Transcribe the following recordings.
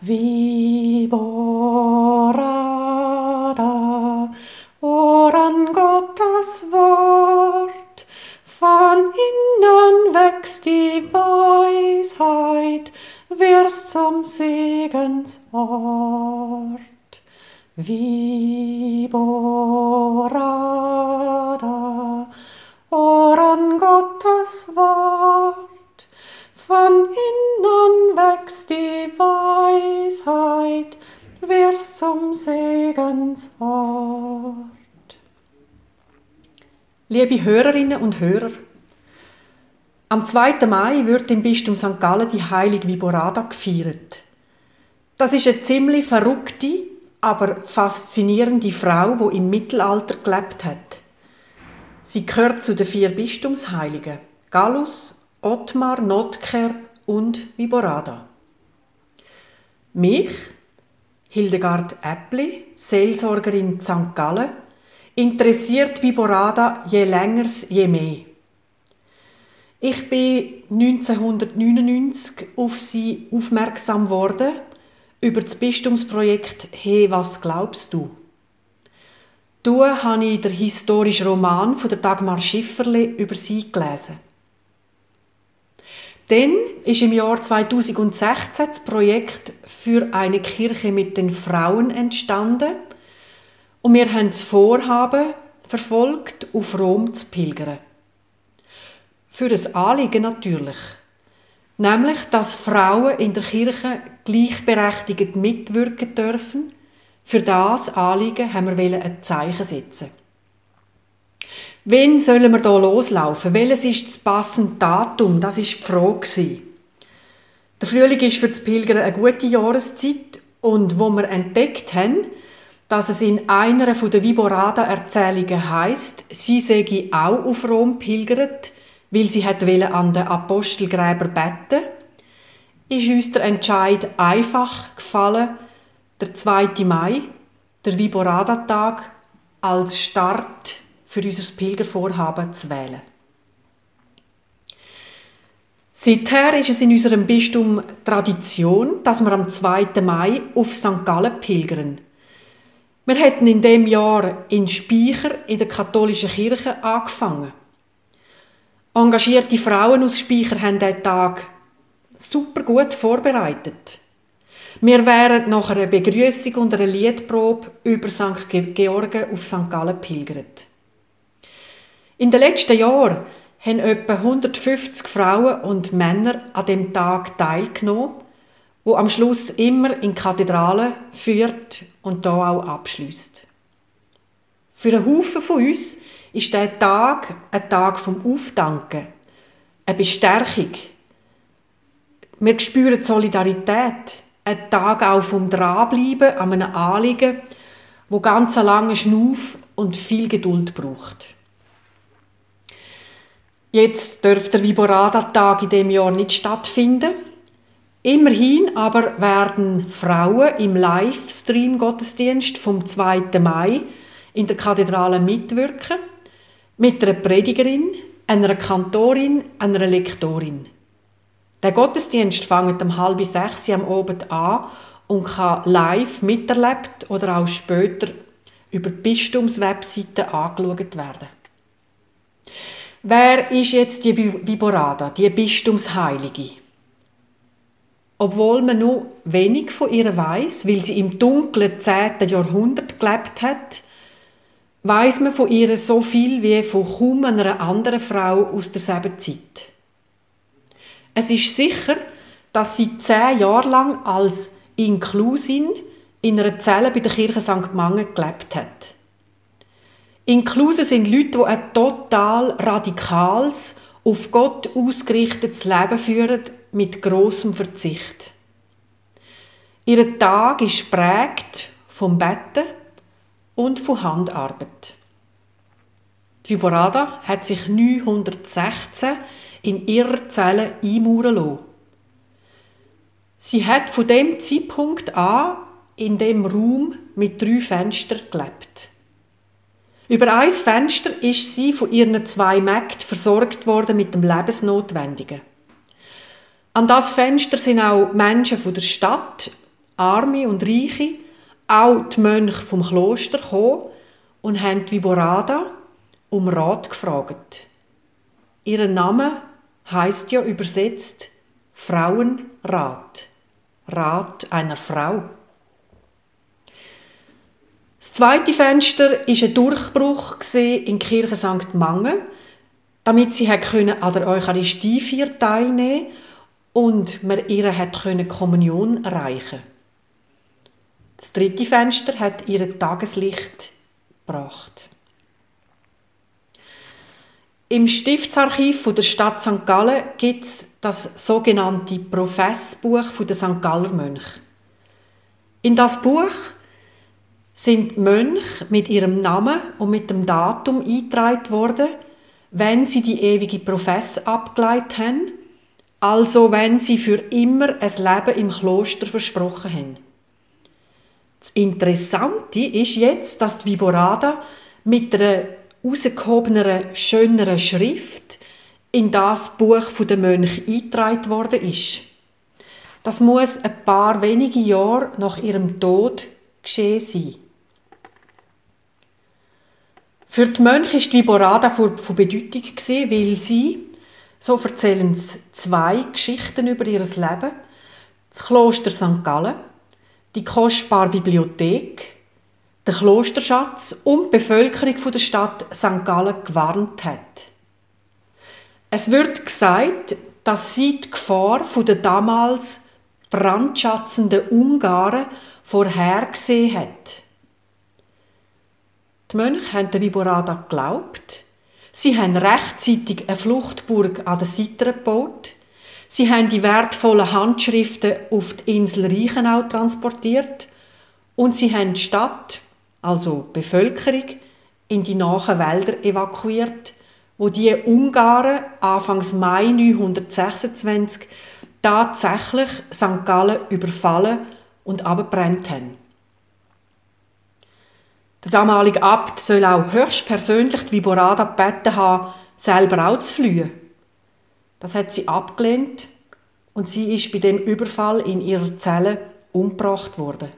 Viborada, oran Gottes Wort, von innen wächst die Weisheit, wirst zum Segensort. Viborada, oran Gottes Wort, von innen wächst die Weisheit, wirst zum Segensort. Liebe Hörerinnen und Hörer, am 2. Mai wird im Bistum St. Gallen die heilige Viborada gefeiert. Das ist eine ziemlich verrückte, aber faszinierende Frau, die im Mittelalter gelebt hat. Sie gehört zu den 4 Bistumsheiligen: Gallus, Ottmar, Notker und Viborada. Mich, Hildegard Äppli, Seelsorgerin in St. Gallen, interessiert Viborada je länger, je mehr. Ich bin 1999 auf sie aufmerksam geworden über das Bistumsprojekt «Hey, was glaubst du?». Da habe ich den historischen Roman von Dagmar Schifferle über sie gelesen. Dann ist im Jahr 2016 das Projekt «Für eine Kirche mit den Frauen» entstanden und wir haben das Vorhaben verfolgt, auf Rom zu pilgern. Für ein Anliegen natürlich. Nämlich, dass Frauen in der Kirche gleichberechtigt mitwirken dürfen. Für das Anliegen haben wir ein Zeichen setzen. Wann sollen wir hier loslaufen? Welches ist das passende Datum? Das war die Frage. Der Frühling ist für das Pilgern eine gute Jahreszeit und wo wir entdeckt haben, dass es in einer der Viborada-Erzählungen heisst, sie sei auch auf Rom pilgert, weil sie an den Apostelgräber beten, ist uns der Entscheid einfach gefallen, der 2. Mai, der Viborada-Tag, als Start für unser Pilgervorhaben zu wählen. Seither ist es in unserem Bistum Tradition, dass wir am 2. Mai auf St. Gallen pilgern. Wir hätten in dem Jahr in Speicher in der katholischen Kirche angefangen. Engagierte Frauen aus Speicher haben diesen Tag super gut vorbereitet. Wir wären nach einer Begrüßung und einer Liedprobe über St. Georgen auf St. Gallen pilgert. In den letzten Jahren haben etwa 150 Frauen und Männer an dem Tag teilgenommen, wo am Schluss immer in die Kathedrale führt und da auch abschliesst. Für einen Haufen von uns ist dieser Tag ein Tag vom Aufdanken, eine Bestärkung. Wir spüren die Solidarität, ein Tag auch vom Dranbleiben an einem Anliegen, wo ganz einen langen Schnauf und viel Geduld braucht. Jetzt dürfte der Viborada-Tag in diesem Jahr nicht stattfinden. Immerhin aber werden Frauen im Livestream-Gottesdienst vom 2. Mai in der Kathedrale mitwirken, mit einer Predigerin, einer Kantorin, einer Lektorin. Der Gottesdienst fängt um 5:30 am Abend an und kann live miterlebt oder auch später über die Bistumswebseite angeschaut werden. Wer ist jetzt die Viborada, die Bistumsheilige? Obwohl man nur wenig von ihr weiss, weil sie im dunklen 10. Jahrhundert gelebt hat, weiss man von ihr so viel wie von kaum einer anderen Frau aus derselben Zeit. Es ist sicher, dass sie 10 Jahre lang als Inklusin in einer Zelle bei der Kirche St. Mangen gelebt hat. Inklusen sind Leute, die ein total radikales, auf Gott ausgerichtetes Leben führen, mit grossem Verzicht. Ihr Tag ist geprägt vom Betten und von Handarbeit. Die Viborada hat sich 916 in ihrer Zelle einmauern lassen. Sie hat von dem Zeitpunkt an in dem Raum mit 3 Fenstern gelebt. Über ein Fenster ist sie von ihren 2 Mägden versorgt worden mit dem Lebensnotwendigen. An das Fenster sind auch Menschen von der Stadt, Arme und Reiche, auch die Mönche vom Kloster gekommen und haben die Viborada um Rat gefragt. Ihr Name heisst ja übersetzt Frauenrat. Rat einer Frau. Das zweite Fenster war ein Durchbruch in die Kirche St. Mangen, damit sie an der Eucharistiefeier teilnehmen und man ihr Kommunion erreichen. Das dritte Fenster hat ihr Tageslicht gebracht. Im Stiftsarchiv der Stadt St. Gallen gibt es das sogenannte Professbuch der St. Galler Mönche. In das Buch sind die Mönche mit ihrem Namen und mit dem Datum eingetragen worden, wenn sie die ewige Profess abgeleitet haben, also wenn sie für immer ein Leben im Kloster versprochen haben. Das Interessante ist jetzt, dass die Viborada mit einer herausgehobeneren, schöneren Schrift in das Buch der Mönche eingetragen worden ist. Das muss ein paar wenige Jahre nach ihrem Tod geschehen sein. Für die Mönche war die Viborada von Bedeutung, weil sie, so erzählen sie, 2 Geschichten über ihr Leben, das Kloster St. Gallen, die kostbare Bibliothek, der Klosterschatz und die Bevölkerung der Stadt St. Gallen gewarnt hat. Es wird gesagt, dass sie die Gefahr der damals brandschatzenden Ungarn vorhergesehen hat. Die Mönche haben der Viborada geglaubt. Sie haben rechtzeitig eine Fluchtburg an der Seite gebaut. Sie haben die wertvollen Handschriften auf die Insel Reichenau transportiert und sie haben die Stadt, also die Bevölkerung, in die nahen Wälder evakuiert, wo die Ungarn Anfangs Mai 926 tatsächlich St. Gallen überfallen und abgebrannt haben. Der damalige Abt soll auch höchstpersönlich die Viborada gebeten haben, selber auch zu fliehen. Das hat sie abgelehnt und sie ist bei dem Überfall in ihrer Zelle umgebracht worden.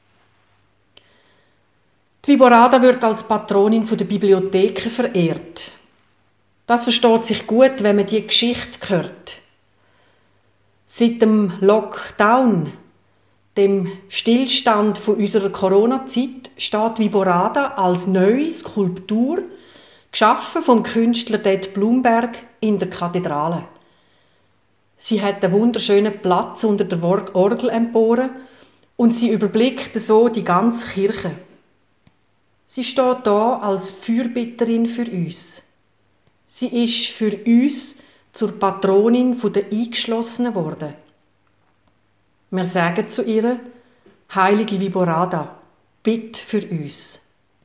Die Viborada wird als Patronin der Bibliotheken verehrt. Das versteht sich gut, wenn man die Geschichte hört. Seit dem Lockdown, dem Stillstand von unserer Corona-Zeit, steht Viborada als neue Skulptur, geschaffen vom Künstler Det Blumberg, in der Kathedrale. Sie hat einen wunderschönen Platz unter der Orgel empor und sie überblickt so die ganze Kirche. Sie steht da als Fürbitterin für uns. Sie ist für uns zur Patronin der Eingeschlossenen geworden. Wir sagen zu ihr: Heilige Viborada, bitte für uns.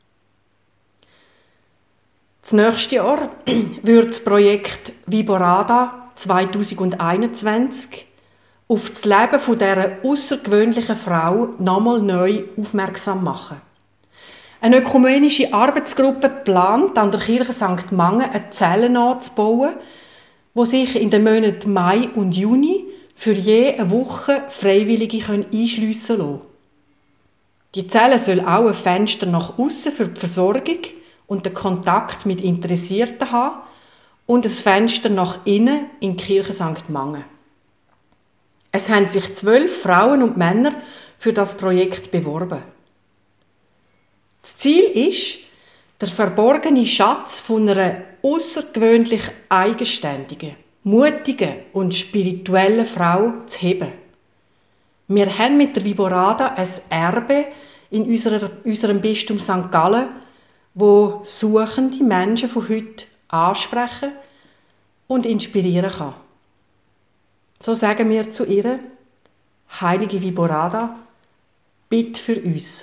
Das nächste Jahr wird das Projekt Viborada 2021 auf das Leben dieser außergewöhnlichen Frau nochmal neu aufmerksam machen. Eine ökumenische Arbeitsgruppe plant, an der Kirche St. Mangen eine Zelle anzubauen, wo sich in den Monaten Mai und Juni für je eine Woche Freiwillige einschliessen lassen. Die Zelle soll auch ein Fenster nach außen für die Versorgung und den Kontakt mit Interessierten haben und ein Fenster nach innen in die Kirche St. Mangen. Es haben sich 12 Frauen und Männer für das Projekt beworben. Das Ziel ist, der verborgene Schatz von einer außergewöhnlich eigenständigen, mutigen und spirituellen Frau zu heben. Wir haben mit der Viborada ein Erbe in unserem Bistum St. Gallen, wo suchende Menschen von heute ansprechen und inspirieren kann. So sagen wir zu ihr: Heilige Viborada, bitte für uns.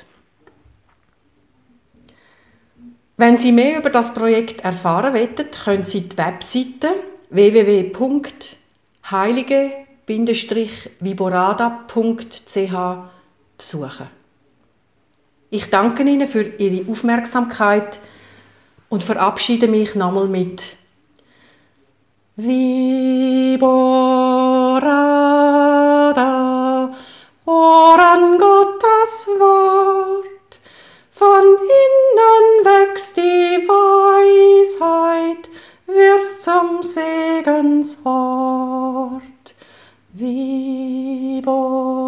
Wenn Sie mehr über das Projekt erfahren wollen, können Sie die Webseite www.heilige-viborada.ch besuchen. Ich danke Ihnen für Ihre Aufmerksamkeit und verabschiede mich nochmal mit Viborada, oran zum Segenswort. Vibo